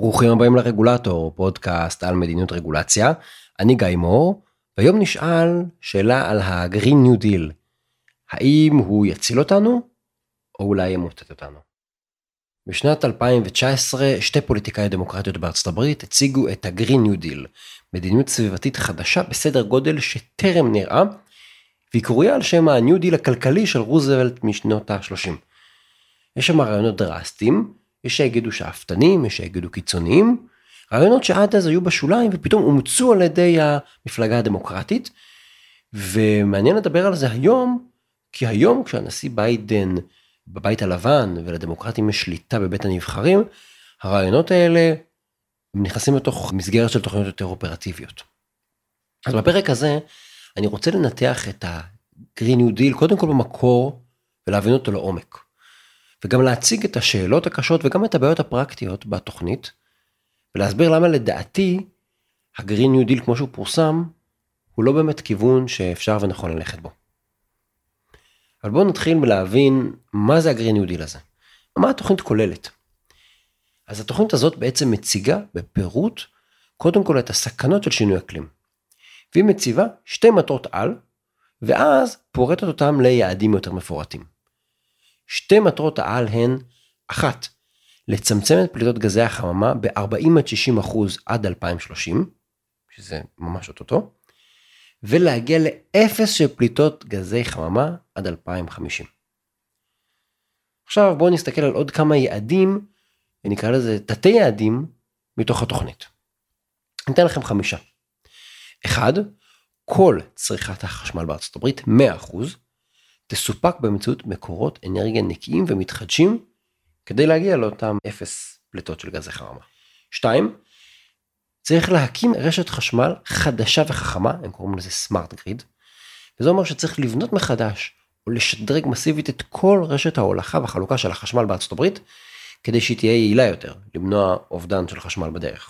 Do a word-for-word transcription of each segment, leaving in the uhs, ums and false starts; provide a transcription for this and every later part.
ברוכים הבאים לרגולטור, פודקאסט על מדיניות רגולציה. אני גיא מור, והיום נשאל שאלה על ה-Green New Deal. האם הוא יציל אותנו, או אולי ימוטט אותנו? בשנת אלפיים תשע עשרה, שתי פוליטיקאי דמוקרטיות בארצות הברית הציגו את ה-Green New Deal, מדיניות סביבתית חדשה בסדר גודל שטרם נראה, והיא קרויה על שם ה-New Deal הכלכלי של רוזוולט משנות ה-שלושים. יש שם רעיונות דרסטיים, יש שיגידו שאפתנים, יש שיגידו קיצוניים, רעיונות שעד אז היו בשוליים ופתאום אומצו על ידי המפלגה הדמוקרטית, ומעניין לדבר על זה היום, כי היום כשהנשיא ביידן בבית הלבן ולדמוקרטים יש שליטה בבית הנבחרים, הרעיונות האלה נכנסים לתוך מסגרת של תוכניות יותר אופרטיביות. אז בפרק הזה אני רוצה לנתח את ה-Green New Deal קודם כל במקור ולהבין אותו לעומק. וגם להציג את השאלות הקשות וגם את הבעיות הפרקטיות בתוכנית, ולהסביר למה לדעתי, ה-Green New Deal כמו שהוא פורסם, הוא לא באמת כיוון שאפשר ונכון ללכת בו. אבל בואו נתחיל בלהבין מה זה ה-Green New Deal הזה. מה התוכנית כוללת? אז התוכנית הזאת בעצם מציגה בפירוט, קודם כל את הסכנות של שינוי אקלים. והיא מציבה שתי מטרות על, ואז פורטת אותם ליעדים יותר מפורטים. שתי מטרות העל הן, אחת, לצמצם את פליטות גזי החממה ב-ארבעים עד שישים אחוז עד אלפיים ושלושים, שזה ממש אותו, ולהגיע לאפס של פליטות גזי חממה עד אלפיים וחמישים. עכשיו בואו נסתכל על עוד כמה יעדים, ונקרא לזה תתי יעדים מתוך התוכנית. ניתן לכם חמישה. אחד, כל צריכת החשמל בארצות הברית, מאה אחוז, תסופק באמצעות מקורות אנרגיה נקיים ומתחדשים, כדי להגיע לאותם אפס פליטות של גזי חממה. שתיים, צריך להקים רשת חשמל חדשה וחכמה, הם קוראים לזה סמארט גריד, וזה אומר שצריך לבנות מחדש, או לשדרג מסיבית את כל רשת ההולכה והחלוקה של החשמל בארצות הברית, כדי שהיא תהיה יעילה יותר, למנוע אובדן של חשמל בדרך.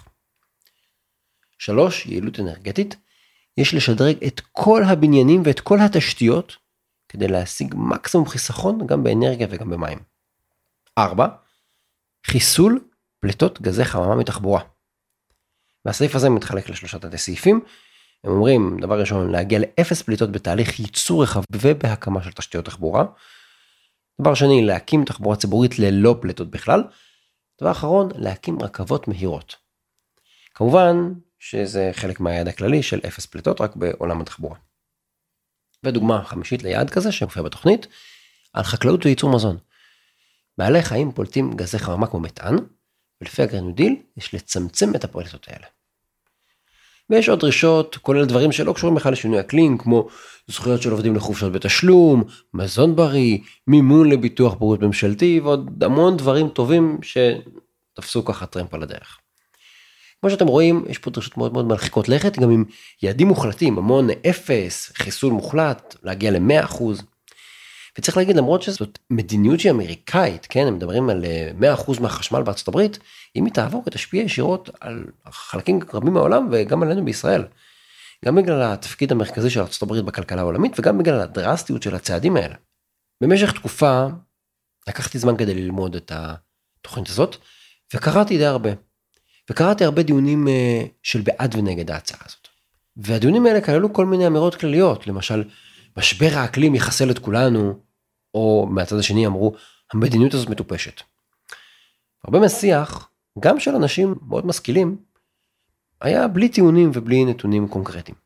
שלוש, יעילות אנרגטית, יש לשדרג את כל הבניינים ואת כל התשתיות, כדי להשיג מקסימום חיסכון גם באנרגיה וגם במים. ארבע, חיסול פליטות גזי חממה מתחבורה. והסעיף הזה מתחלק לשלושה תתי סעיפים. הם אומרים, דבר ראשון, להגיע לאפס פליטות בתהליך ייצור רחב ובהקמה של תשתיות תחבורה. דבר שני, להקים תחבורה ציבורית ללא פליטות בכלל. דבר אחרון, להקים רכבות מהירות. כמובן שזה חלק מהיעד הכללי של אפס פליטות רק בעולם התחבורה. ודוגמה חמישית ליעד כזה שמופיע בתוכנית, על חקלאות וייצור מזון. בעלי חיים פולטים גזי חממה כמו מתאן, ולפי ה-Green New Deal יש לצמצם את הפליטות האלה. ויש עוד דרישות, כולל דברים שלא קשורים בכלל לשינוי אקלים, כמו זכויות של עובדים לחופשות בתשלום, מזון בריא, מימון לביטוח בריאות ממשלתי, ועוד המון דברים טובים שתפסו ככה טרמפ על הדרך. כמו שאתם רואים, יש פה דרישות מאוד מאוד מרחיקות לכת, גם עם יעדים מוחלטים, המון אפס, חיסול מוחלט, להגיע ל-מאה אחוז. וצריך להגיד, למרות שזאת מדיניות שהיא אמריקאית, כן, הם מדברים על מאה אחוז מהחשמל בארצות הברית, אם היא תעבור, היא תשפיע ישירות על חלקים רבים מהעולם, וגם עלינו בישראל. גם בגלל התפקיד המרכזי של ארצות הברית בכלכלה העולמית, וגם בגלל הדרסטיות של הצעדים האלה. במשך תקופה, לקחתי זמן כדי ללמוד את התוכנית הזאת, וקראתי די הרבה. וקראתי הרבה דיונים של בעד ונגד ההצעה הזאת. והדיונים האלה כללו כל מיני אמירות כלליות, למשל, משבר האקלים יחסל את כולנו, או מהצד השני אמרו, המדיניות הזאת מטופשת. הרבה משיח, גם של אנשים מאוד משכילים, היה בלי טיעונים ובלי נתונים קונקרטיים.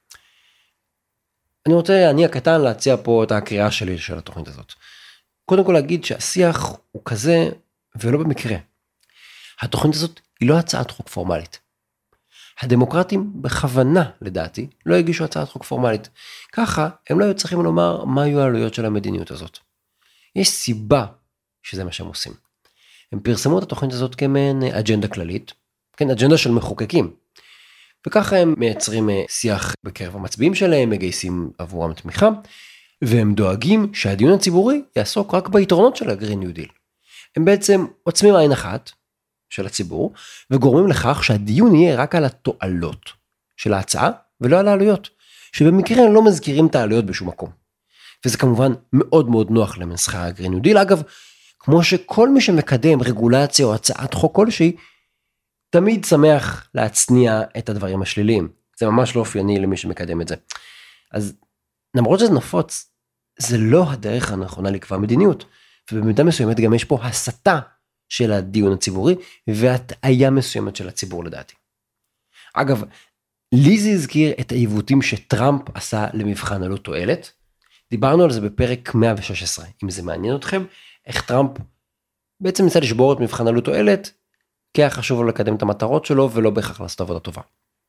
אני רוצה, אני הקטן, להציע פה את הקריאה שלי של התוכנית הזאת. קודם כל להגיד שהשיח הוא כזה, ולא במקרה. התוכנית הזאת היא לא הצעת חוק פורמלית. הדמוקרטים בכוונה, לדעתי, לא הגישו הצעת חוק פורמלית. ככה, הם לא היו צריכים לומר מה היו העלויות של המדיניות הזאת. יש סיבה שזה מה שהם עושים. הם פרסמו את התוכנית הזאת כמעין אג'נדה כללית, כן, אג'נדה של מחוקקים. וככה הם מייצרים שיח בקרב המצביעים שלהם, מגייסים עבורם תמיכה, והם דואגים שהדיון הציבורי יעסוק רק ביתרונות של ה-Green New Deal. הם בעצם עוצמים עין אחת, של הציבור, וגורמים לכך שהדיון יהיה רק על התועלות של ההצעה, ולא על העלויות, שבמקרה הם לא מזכירים את העלויות בשום מקום. וזה כמובן מאוד מאוד נוח למנסחי ה-Green New Deal. אגב, כמו שכל מי שמקדם רגולציה או הצעת חוק כלשהי, תמיד שמח להצניע את הדברים השליליים. זה ממש לא אופייני למי שמקדם את זה. אז למרות שזה נפוץ, זה לא הדרך הנכונה לקבוע מדיניות. ובמידה מסוימת גם יש פה הסתה של הדיון הציבורי, והטעיה מסוימת של הציבור לדעתי. אגב, לי זה הזכיר את העיוותים שטראמפ עשה למבחן עלות תועלת. דיברנו על זה בפרק מאה ושש עשרה. אם זה מעניין אתכם, איך טראמפ בעצם ניסה לשבור את מבחן עלות תועלת, כי היה חשוב לו לקדם את המטרות שלו, ולא בהכרח לעשות עבודה טובה.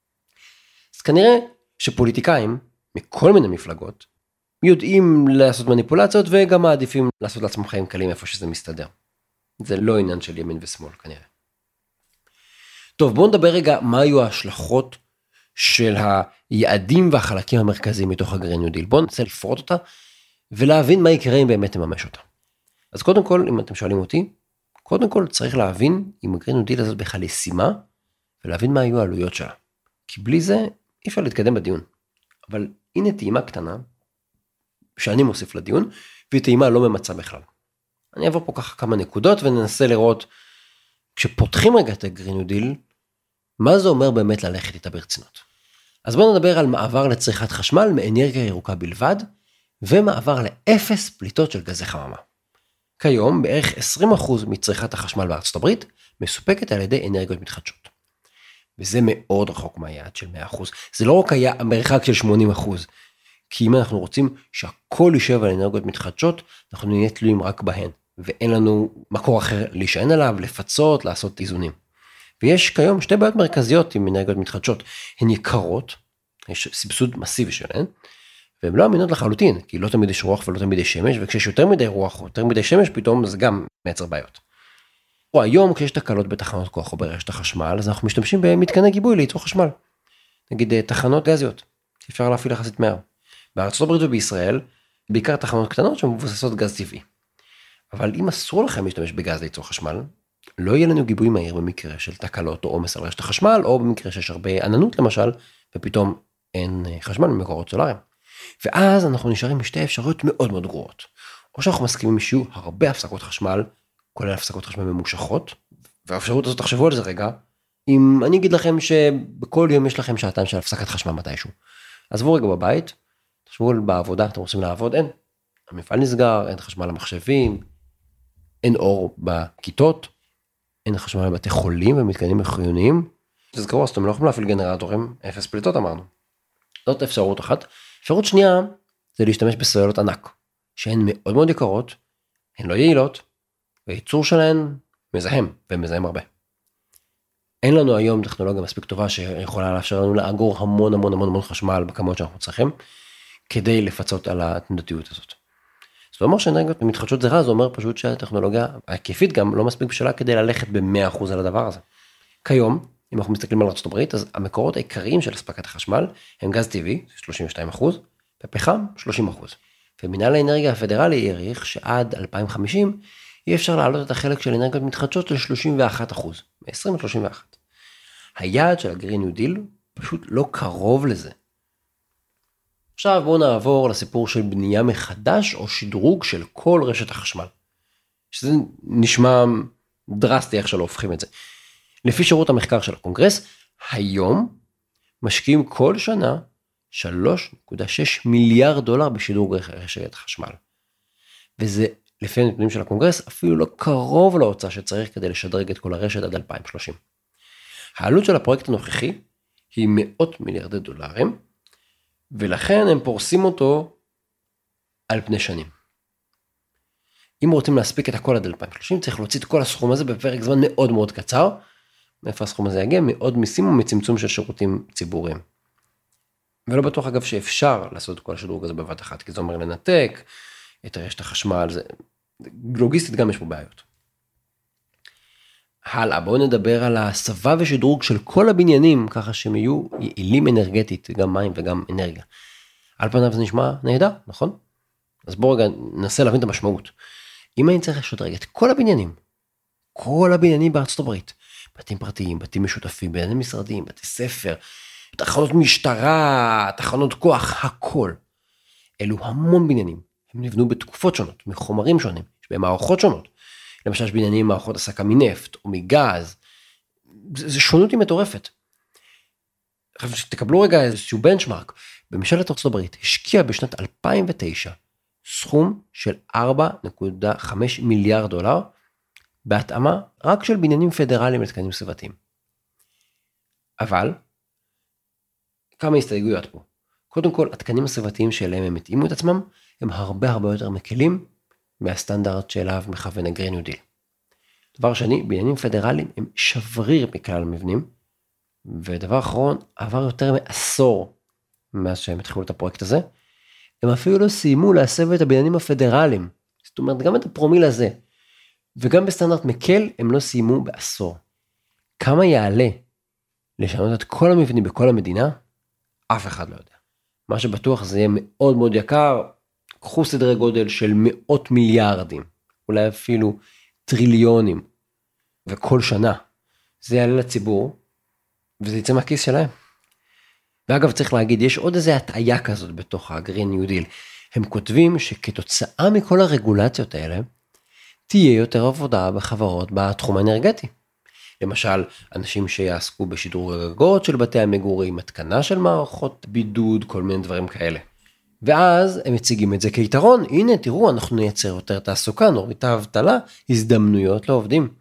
אז כנראה שפוליטיקאים, מכל מיני מפלגות, יודעים לעשות מניפולציות, וגם מעדיפים לעשות לעצמם חיים קלים איפה שזה מסתדר. זה לא עניין של ימין ושמאל כנראה. טוב, בואו נדבר רגע מה היו ההשלכות של היעדים והחלקים המרכזיים מתוך הגרין ניו דיל. בואו ננסה לפרוט אותה, ולהבין מה יקרה אם באמת תממש אותה. אז קודם כל, אם אתם שואלים אותי, קודם כל צריך להבין אם הגרין ניו דיל הזאת בכלל ישימה, ולהבין מה היו העלויות שלה. כי בלי זה אי אפשר להתקדם בדיון. אבל הנה טעימה קטנה, שאני מוסיף לדיון, והיא טעימה לא ממצה בכלל. אני אעבור פה ככה כמה נקודות, וננסה לראות, כשפותחים רגע את הגרין ניו דיל, מה זה אומר באמת ללכת איתה ברצינות. אז בואו נדבר על מעבר לצריכת חשמל מאנרגיה ירוקה בלבד, ומעבר לאפס פליטות של גזי חממה. כיום בערך עשרים אחוז מצריכת החשמל בארצות הברית, מסופקת על ידי אנרגיות מתחדשות. וזה מאוד רחוק מהיעד של מאה אחוז. זה לא רק היה המרחק של שמונים אחוז, כי אם אנחנו רוצים שהכל יישב על אנרגיות מתחדשות, אנחנו נהיה תלויים רק בהן, ואין לנו מקור אחר להישען עליו, לפצות, לעשות איזונים. ויש כיום שתי בעיות מרכזיות עם אנרגיות מתחדשות. הן יקרות, יש סבסוד מסיבי שלהן, והן לא אמינות לחלוטין, כי לא תמיד יש רוח ולא תמיד יש שמש, וכשיש יותר מדי רוח או יותר מדי שמש, פתאום זה גם מייצר בעיות. או היום כשיש תקלות בתחנות כוח או ברשת החשמל, אז אנחנו משתמשים במתקני גיבוי לייצור חשמל. נגיד תחנות גזיות, אפשר להפעיל יחסית מהר. בארצות הברית ובישראל, בעיקר תחנות קטנות שמבוססות גז טבעי. אבל אם אסור לכם להשתמש בגז לייצור חשמל, לא יהיה לנו גיבוי מהיר במקרה של תקלות או עומס על רשת החשמל, או במקרה שיש הרבה עננות למשל, ופתאום אין חשמל ממקורות סולריים. ואז אנחנו נשארים בשתי אפשרויות מאוד מאוד גרועות. או שאנחנו מסכימים שיהיו הרבה הפסקות חשמל, כולל הפסקות חשמל ממושכות, והאפשרות הזאת, תחשבו על זה רגע, אם אני אגיד לכם שבכל יום יש לכם שעתיים של הפסקת חשמל מתישהו. עזבו רגע בבית, תחשבו בעבודה, אתם רוצים לעבוד, אין. המפעל נסגר, אין חשמל למחשבים, אין אור בכיתות, אין חשמל לבתי חולים ומתקנים חיוניים. תזכרו, אז אתם לא יכולים להפעיל גנרטורים, אפס פליטות אמרנו. זאת אפשרות אחת. אפשרות שנייה, זה להשתמש בסוללות ענק, שהן מאוד מאוד יקרות, הן לא יעילות, והייצור שלהן מזהם, ומזהם הרבה. אין לנו היום טכנולוגיה מספיק טובה, שיכולה לאפשר לנו לאגור המון המון המון המון חשמל, בכמות שאנחנו צריכים, כדי לפצות על התנודתיות הזאת. זאת אומרת שאנרגיות מתחדשות זה רע, זה אומר פשוט שהטכנולוגיה ההיקפית גם לא מספיק בשלה כדי ללכת ב-מאה אחוז על הדבר הזה. כיום, אם אנחנו מסתכלים על ארצות הברית, אז המקורות העיקריים של הספקת החשמל הם גז טבעי, שלושים ושתיים אחוז, ופחם, שלושים אחוז. ומינהל האנרגיה הפדרלי העריך שעד אלפיים וחמישים יהיה אפשר להעלות את החלק של אנרגיות מתחדשות ל-שלושים ואחד אחוז, מ-עשרים עד שלושים ואחת. היעד של הגרין ניו דיל פשוט לא קרוב לזה. עכשיו בואו נעבור לסיפור של בנייה מחדש או שדרוג של כל רשת החשמל. שזה נשמע דרסטי איך שלא הופכים את זה. לפי שירות המחקר של הקונגרס, היום משקיעים כל שנה שלוש נקודה שש מיליארד דולר בשדרוג רשת החשמל. וזה לפי הנתונים של הקונגרס אפילו לא קרוב להוצאה שצריך כדי לשדרג את כל הרשת עד אלפיים ושלושים. העלות של הפרויקט הנוכחי היא מאות מיליארדי דולרים, ולכן הם פורסים אותו על פני שנים. אם רוצים להספיק את הכל עד אלפיים ושלושים, צריך להוציא את כל הסכום הזה בפרק זמן מאוד מאוד קצר. מאיפה הסכום הזה יגיע? מאוד מיסים ומצמצום של שירותים ציבוריים. ולא בטוח אגב שאפשר לעשות את כל השדרוג הזה בבת אחת, כי זה אומר לנתק את רשת החשמל, זה... לוגיסטית גם יש פה בעיות. הלאה, בואו נדבר על הסבה ושדרוג של כל הבניינים, ככה שהם יהיו יעילים אנרגטית, גם מים וגם אנרגיה. על פניו זה נשמע נהדר, נכון? אז בואו רגע ננסה להבין את המשמעות. אם אני צריך לשדרג את כל הבניינים, כל הבניינים בארצות הברית, בתים פרטיים, בתים משותפים, בניינים משרדיים, בתי ספר, תחנות משטרה, תחנות כוח, הכל. אלו המון בניינים. הם נבנו בתקופות שונות, מחומרים שונים, יש בהם מערכות שונות. למשל, יש בניינים מערכות הסקה מנפט או מגז, זה שונות היא מטורפת. תקבלו רגע איזשהו בנצ'מרק, בממשלת ארצות הברית השקיע בשנת אלפיים ותשע סכום של ארבע נקודה חמש מיליארד דולר, בהתאמה רק של בניינים פדרליים לתקנים סביבתיים. אבל, כמה הסתייגויות פה. קודם כל, התקנים הסביבתיים שאליהם הם התאימו את עצמם, הם הרבה הרבה יותר מקלים מהסטנדרט שאליו מכוון הגרין ניו דיל. דבר שני, בניינים פדרליים הם שבריר מכלל המבנים, ודבר אחרון, עבר יותר מעשור מאז שהם התחילו את הפרויקט הזה, הם אפילו לא סיימו להסב את הבניינים הפדרליים, זאת אומרת גם את הפרומיל הזה, וגם בסטנדרט מקל הם לא סיימו בעשור. כמה יעלה לשנות את כל המבנים בכל המדינה? אף אחד לא יודע. מה שבטוח זה יהיה מאוד מאוד יקר, קחו סדרי גודל של מאות מיליארדים, אולי אפילו טריליונים, וכל שנה זה יעלה לציבור, וזה יצא מהכיס שלהם. ואגב צריך להגיד, יש עוד איזה הטעיה כזאת בתוך הגרין ניו דיל, הם כותבים שכתוצאה מכל הרגולציות האלה, תהיה יותר עבודה בחברות בתחום האנרגטי. למשל, אנשים שיעסקו בשדרוג הגגות של בתי המגורים, התקנה של מערכות בידוד, כל מיני דברים כאלה. ואז הם מציגים את זה כיתרון, הנה תראו, אנחנו נייצר יותר תעסוקה, נוריד את האבטלה, הזדמנויות לעובדים.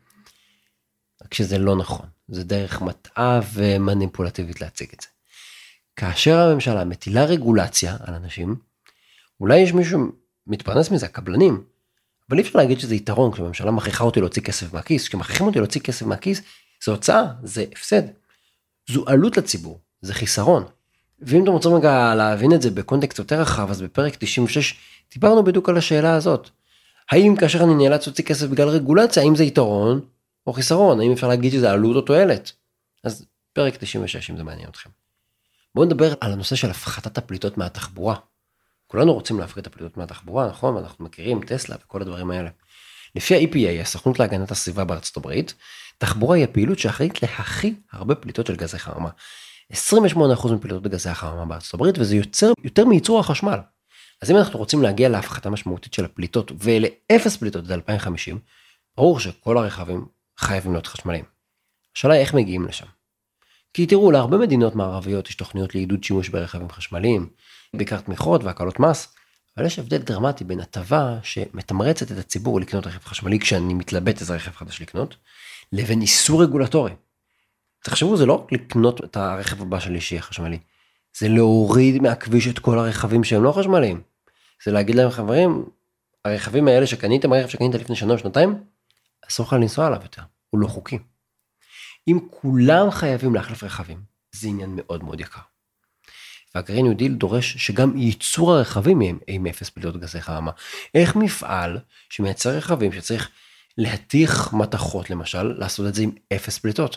רק שזה לא נכון, זה דרך מטעה ומניפולטיבית להציג את זה. כאשר הממשלה מטילה רגולציה על אנשים, אולי יש מישהו מתפרנס מזה, הקבלנים, אבל אי אפשר להגיד שזה יתרון, כשהממשלה מכריחה אותי להוציא כסף מהכיס, כשמכריחים אותי להוציא כסף מהכיס, זה הוצאה, זה הפסד. זו עלות לציבור, זה חיסרון. ואם אתם רוצים רגע להבין את זה בקונטקסט יותר רחב, אז בפרק תשעים ושש דיברנו בדיוק על השאלה הזאת. האם כאשר אני נאלץ להוציא כסף בגלל רגולציה, האם זה יתרון או חיסרון? האם אפשר להגיד שזה עלות או תועלת? אז פרק תשעים ושש, אם זה מעניין אתכם. בואו נדבר על הנושא של הפחתת הפליטות מהתחבורה. כולנו רוצים להפחית את הפליטות מהתחבורה, נכון? אנחנו מכירים טסלה וכל הדברים האלה. לפי ה-E P A, הסוכנות להגנת הסביבה בארצות הברית, תחבורה היא הפעילות שאחראית להכי הרבה פליטות של גזי חממה. עשרים ושמונה אחוז מפליטות גזי החממה בארצות הברית, וזה יוצר יותר מייצור החשמל. אז אם אנחנו רוצים להגיע להפחתה משמעותית של הפליטות, ולאפס פליטות עד אלפיים וחמישים, ברור שכל הרכבים חייבים להיות חשמליים. השאלה היא איך מגיעים לשם. כי תראו, להרבה מדינות מערביות יש תוכניות לעידוד שימוש ברכבים חשמליים, בעיקר תמיכות והקלות מס, אבל יש הבדל דרמטי בין הטבה שמתמרצת את הציבור לקנות רכב חשמלי כשאני מתלבט איזה רכב חדש לקנות, לבין איסור רגולטורי. תחשבו, זה לא לקנות את הרכב הבא שלי שיהיה חשמלי, זה להוריד מהכביש את כל הרכבים שהם לא חשמליים. זה להגיד להם, חברים, הרכבים האלה שקניתם, הרכב שקנית לפני שנה או שנתיים, אסור לך לנסוע עליו יותר, הוא לא חוקי. אם כולם חייבים להחלף רכבים, זה עניין מאוד מאוד יקר. והגרין ניו דיל דורש שגם ייצור הרכבים יהיה עם אפס פליטות גזי חממה. איך מפעל שמייצר רכבים שצריך להתיך מתכות למשל, לעשות את זה עם אפס פליטות?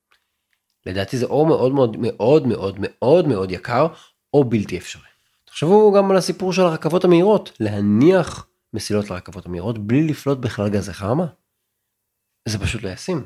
לדעתי זה או מאוד מאוד מאוד מאוד מאוד מאוד יקר, או בלתי אפשרי. תחשבו גם על הסיפור של הרכבות המהירות, להניח מסילות לרכבות המהירות בלי לפלוט בכלל גזי חממה. זה פשוט לא ישים.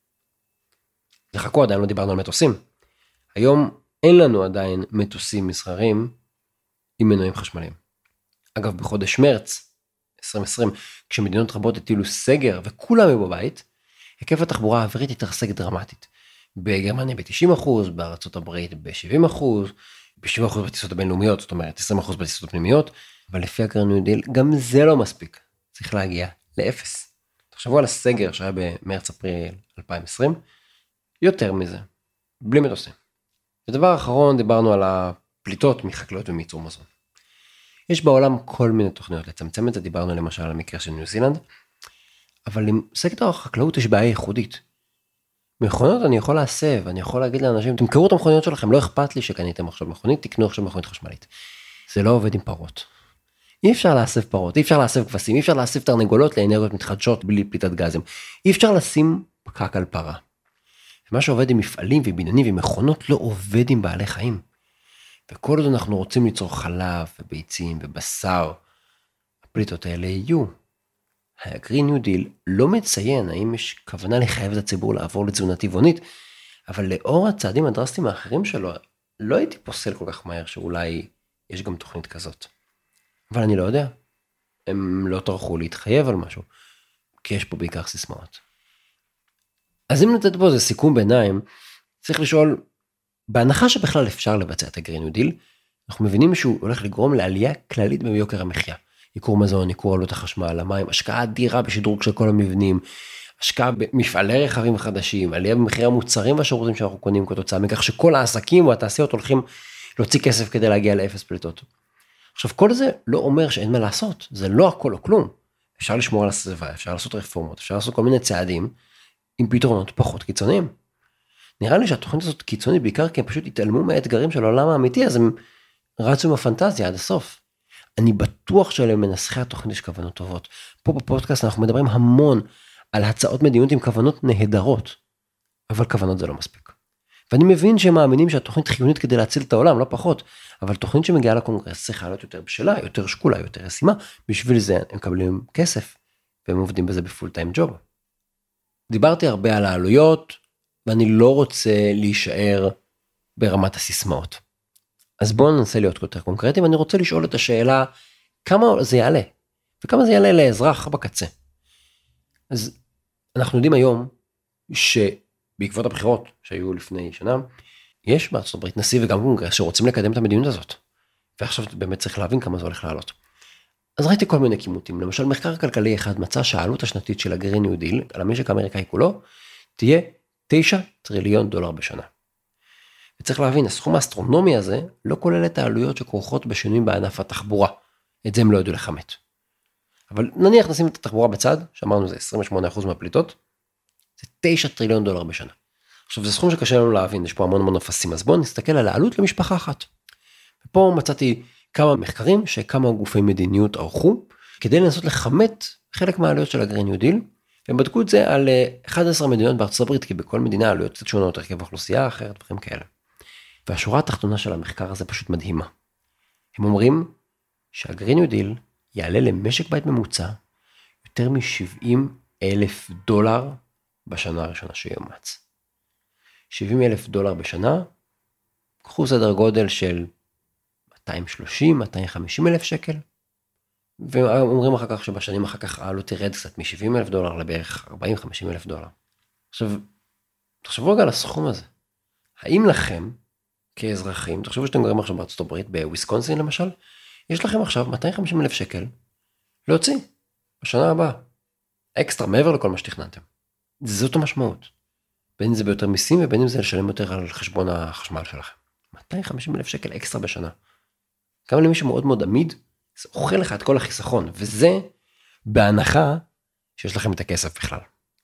לחכו, עדיין לא דיברנו על מטוסים. היום אין לנו עדיין מטוסים מסחריים עם מנועים חשמליים. אגב, בחודש מרץ עשרים עשרים, כשמדינות רבות הטילו סגר וכולם היו בבית, היקף התחבורה האווירית התרסק דרמטית. בגרמניה ב-תשעים אחוז, בארצות הברית ב-שבעים אחוז, ב-שבעים אחוז בטיסות הבינלאומיות, זאת אומרת עשרים אחוז בטיסות הפנימיות, אבל לפי הגרין ניו דיל גם זה לא מספיק. צריך להגיע לאפס. תחשבו על הסגר שהיה במרץ-אפריל אלפיים ועשרים, יותר מזה, בלי מטוסים. ודבר אחרון, דיברנו על הפליטות מחקלאות ומייצור מזון. יש בעולם כל מיני תוכניות לצמצם את זה, דיברנו למשל על המקרה של ניו זילנד, אבל עם סקטור החקלאות יש בעיה ייחודית. מכוניות אני יכול להסב, אני יכול להגיד לאנשים, תמכרו את המכוניות שלכם, לא אכפת לי שקניתם עכשיו מכונית, תקנו עכשיו מכונית חשמלית. זה לא עובד עם פרות. אי אפשר להסב פרות, אי אפשר להסב כבשים, אי אפשר להסב תרנגולות לאנרגיות מתחדשות בלי פליטת גזים. אי אפשר לשים פקק על פרה. מה שעובד עם מפעלים ובניינים ומכונות לא עובד עם בעלי חיים. וכל עוד אנחנו רוצים ליצור חלב וביצים ובשר, הפליטות האלה יהיו. הגרין ניו דיל לא מציין האם יש כוונה לחייב את הציבור לעבור לתזונה טבעונית, אבל לאור הצעדים הדרסטיים האחרים שלו, לא הייתי פוסל כל כך מהר שאולי יש גם תוכנית כזאת. אבל אני לא יודע. הם לא טרחו להתחייב על משהו, כי יש פה בעיקר סיסמאות. אז אם נתת פה איזה סיכום ביניים, צריך לשאול, בהנחה שבכלל אפשר לבצע את הגרין ניו דיל, אנחנו מבינים שהוא הולך לגרום לעלייה כללית ביוקר המחיה. ייקור מזון, ייקור עלות החשמל, המים, השקעה אדירה בשדרוג של כל המבנים, השקעה במפעלי רכבים חדשים, עלייה במחירי המוצרים והשירותים שאנחנו קונים כתוצאה מכך שכל העסקים והתעשיות הולכים להוציא כסף כדי להגיע לאפס פליטות. עכשיו כל זה לא אומר שאין מה לעשות, זה לא הכל או כלום. אפשר לשמור על הסביבה, אפשר לעשות רפורמות, אפשר לעשות כל מיני צעדים עם פתרונות פחות קיצוניים. נראה לי שהתוכנית הזאת קיצונית בעיקר כי הם פשוט התעלמו מהאתגרים של העולם האמיתי, אז הם רצו עם הפנטזיה עד הסוף. אני בטוח שלמנסחי התוכנית יש כוונות טובות. פה בפודקאסט אנחנו מדברים המון על הצעות מדיניות עם כוונות נהדרות, אבל כוונות זה לא מספיק. ואני מבין שהם מאמינים שהתוכנית חיונית כדי להציל את העולם, לא פחות, אבל תוכנית שמגיעה לקונגרס צריכה להיות יותר בשלה, יותר שקולה, יותר ישימה, בשביל זה הם מקבלים כסף, והם עובדים בזה בפול טיים ג'וב. דיברתי הרבה על העלויות, ואני לא רוצה להישאר ברמת הסיסמאות. אז בואו ננסה להיות יותר קונקרטיים, אני רוצה לשאול את השאלה, כמה זה יעלה? וכמה זה יעלה לאזרח בקצה? אז אנחנו יודעים היום, שבעקבות הבחירות שהיו לפני שנה, יש בארצות הברית נשיא וגם קונגרס שרוצים לקדם את המדיניות הזאת. ועכשיו באמת צריך להבין כמה זה הולך לעלות. אז ראיתי כל מיני כימותים, למשל מחקר כלכלי אחד מצא שהעלות השנתית של הגרין ניו דיל, על המשק האמריקאי כולו, תהיה תשע טריליון דולר בשנה. וצריך להבין, הסכום האסטרונומי הזה לא כולל את העלויות שכרוכות בשינויים בענף התחבורה. את זה הם לא ידעו לכמת. אבל נניח נשים את התחבורה בצד, שאמרנו זה עשרים ושמונה אחוז מהפליטות, זה תשע טריליון דולר בשנה. עכשיו זה סכום שקשה לנו להבין, יש פה המון המון אפסים, אז בואו נסתכל על העלות למשפחה אחת. ופה מצאתי כמה מחקרים שכמה גופי מדיניות ערכו, כדי לנסות לכמת חלק מהעלויות של הגרין ניו דיל, והם בדקו את זה על אחת עשרה מדינות בארצות הברית, כי בכל מדינה העלויות קצת שונות, הרכב אוכלוסייה אחרת, דברים כאלה. והשורה התחתונה של המחקר הזה פשוט מדהימה. הם אומרים שהגרין ניו דיל יעלה למשק בית ממוצע יותר מ-שבעים אלף דולר בשנה הראשונה שיומץ. שבעים אלף דולר בשנה, קחו סדר גודל של מאתיים ושלושים עד מאתיים וחמישים אלף שקל, ואומרים אחר כך שבשנים אחר כך העלות תרד קצת מ-שבעים אלף דולר לבערך ארבעים עד חמישים אלף דולר. עכשיו, תחשבו רגע על הסכום הזה. האם לכם, כאזרחים, תחשבו שאתם גרים עכשיו בארצות הברית, בוויסקונסין למשל, יש לכם עכשיו מאתיים וחמישים אלף שקל להוציא בשנה הבאה. אקסטרה, מעבר לכל מה שתכננתם. זאת המשמעות. בין אם זה ביותר מיסים, ובין אם זה לשלם יותר על חשבון החשמל שלכם. מאתיים וחמישים אלף שקל אקסטרה בשנה. גם למי שמאוד מאוד עמיד, זה אוכל לך את כל החיסכון, וזה בהנחה שיש לכם את הכסף בכלל.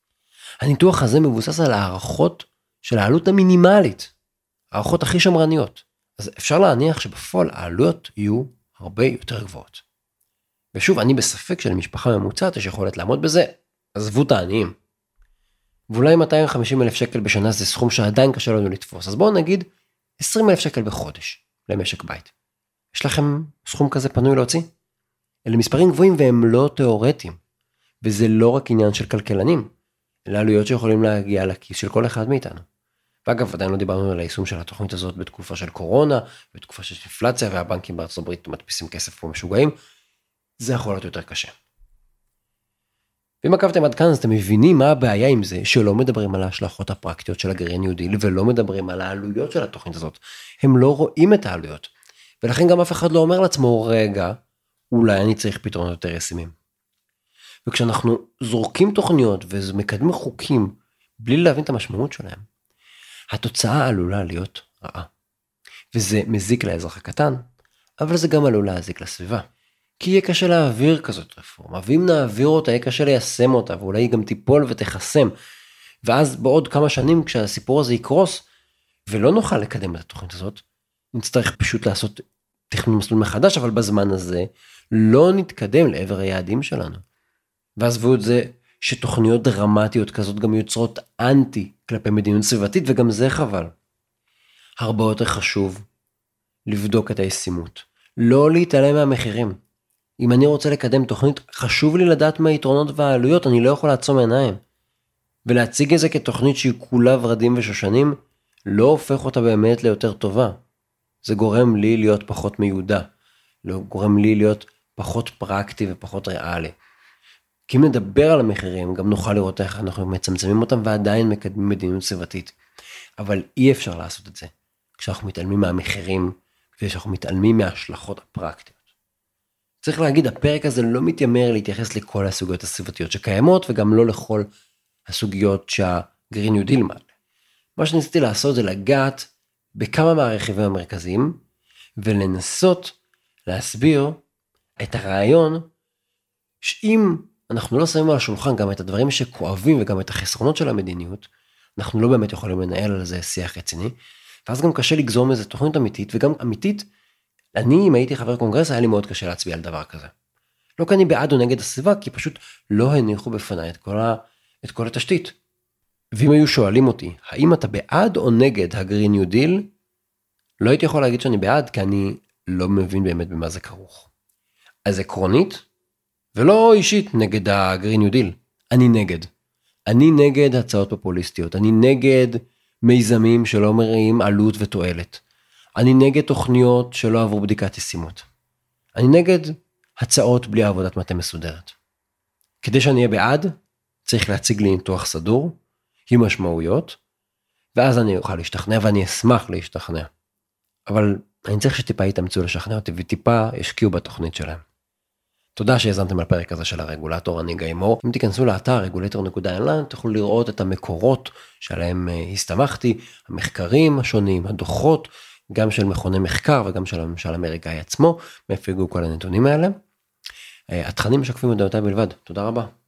הניתוח הזה מבוסס על הערכות של העלות המינימלית, הערכות הכי שמרניות. אז אפשר להניח שבפועל העלויות יהיו הרבה יותר גבוהות. ושוב, אני בספק שלמשפחה ממוצעת יש יכולת לעמוד בזה, עזבו את העניים. ואולי מאתיים וחמישים אלף שקל בשנה זה סכום שעדיין קשה לנו לתפוס, אז בואו נגיד עשרים אלף שקל בחודש למשק בית. יש לכם סכום כזה פנוי להוציא? אלה מספרים גבוהים והם לא תיאורטיים, וזה לא רק עניין של כלכלנים, אלה עלויות שיכולים להגיע לכיס של כל אחד מאיתנו. ואגב, עדיין לא דיברנו על היישום של התוכנית הזאת בתקופה של קורונה, בתקופה של אינפלציה, והבנקים בארצות הברית מדפיסים כסף פה משוגעים, זה יכול להיות יותר קשה. ואם עקבתם עד כאן, אז אתם מבינים מה הבעיה עם זה, שלא מדברים על ההשלכות הפרקטיות של הגרין ניו דיל, ולא מדברים על העלויות של התוכנית הזאת. הם לא רואים את העלויות, ולכן גם אף אחד לא אומר לעצמו, רגע, אולי אני צריך פתרונות יותר ישימים. וכשאנחנו זורקים תוכניות ומקדמים חוקים, בלי להבין את המשמעות שלהם, התוצאה עלולה להיות רעה. וזה מזיק לאזרח הקטן, אבל זה גם עלול להזיק לסביבה. כי יהיה קשה להעביר כזאת רפורמה, ואם נעביר אותה, יהיה קשה ליישם אותה, ואולי היא גם תיפול ותחסם. ואז בעוד כמה שנים, כשהסיפור הזה יקרוס, ולא נוכל לקדם את התוכנית הזאת, נצטרך פשוט לעשות תכנון מסלול מחדש, אבל בזמן הזה לא נתקדם לעבר היעדים שלנו. ועזבו את זה שתוכניות דרמטיות כזאת גם יוצרות אנטי כלפי מדיניות סביבתית, וגם זה חבל. הרבה יותר חשוב לבדוק את הישימות, לא להתעלם מהמחירים. אם אני רוצה לקדם תוכנית, חשוב לי לדעת מה היתרונות והעלויות, אני לא יכול לעצום עיניים. ולהציג את זה כתוכנית שהיא כולה ורדים ושושנים, לא הופך אותה באמת ליותר טובה. זה גורם לי להיות פחות מיודע, לא גורם לי להיות פחות פרקטי ופחות ריאלי. כי אם נדבר על המחירים, גם נוכל לראות איך אנחנו מצמצמים אותם ועדיין מקדמים מדיניות סביבתית. אבל אי אפשר לעשות את זה, כשאנחנו מתעלמים מהמחירים, כשאנחנו מתעלמים מההשלכות הפרקטיות. צריך להגיד, הפרק הזה לא מתיימר להתייחס לכל הסוגיות הסביבתיות שקיימות, וגם לא לכל הסוגיות שהגרין ניו דיל מעלה. מה שניסיתי לעשות זה לגעת בכמה מהרכיבים המרכזיים, ולנסות להסביר את הרעיון, שאם אנחנו לא שמים על השולחן גם את הדברים שכואבים, וגם את החסרונות של המדיניות, אנחנו לא באמת יכולים לנהל על זה שיח רציני, ואז גם קשה לגזור מזה תוכנית אמיתית, וגם אמיתית, אני, אם הייתי חבר קונגרס, היה לי מאוד קשה להצביע על דבר כזה. לא כי אני בעד או נגד הסביבה, כי פשוט לא הניחו בפניי את כל, ה, את כל התשתית. ואם היו שואלים אותי, האם אתה בעד או נגד הגרין ניו דיל, לא הייתי יכול להגיד שאני בעד, כי אני לא מבין באמת במה זה כרוך. אז עקרונית, ולא אישית נגד הגרין ניו דיל, אני נגד. אני נגד הצעות פופוליסטיות, אני נגד מיזמים שלא מראים עלות ותועלת. אני נגד תוכניות שלא עברו בדיקת ישימות. אני נגד הצעות בלי עבודת מטה מסודרת. כדי שאני אהיה בעד, צריך להציג לי ניתוח סדור, עם משמעויות, ואז אני אוכל להשתכנע ואני אשמח להשתכנע. אבל אני צריך שטיפה יתאמצו לשכנע אותי וטיפה ישקיעו בתוכנית שלהם. תודה שהזנתם על פרק הזה של הרגולטור, אני גיא מור. אם תיכנסו לאתר רגולטור נקודה און ליין, תוכלו לראות את המקורות שעליהם הסתמכתי, המחקרים השונים, הדוחות, גם של מכוני מחקר וגם של הממשל האמריקאי עצמו, מאיפה הגיעו כל הנתונים האלה. התכנים משקפים את דעותיי בלבד. תודה רבה.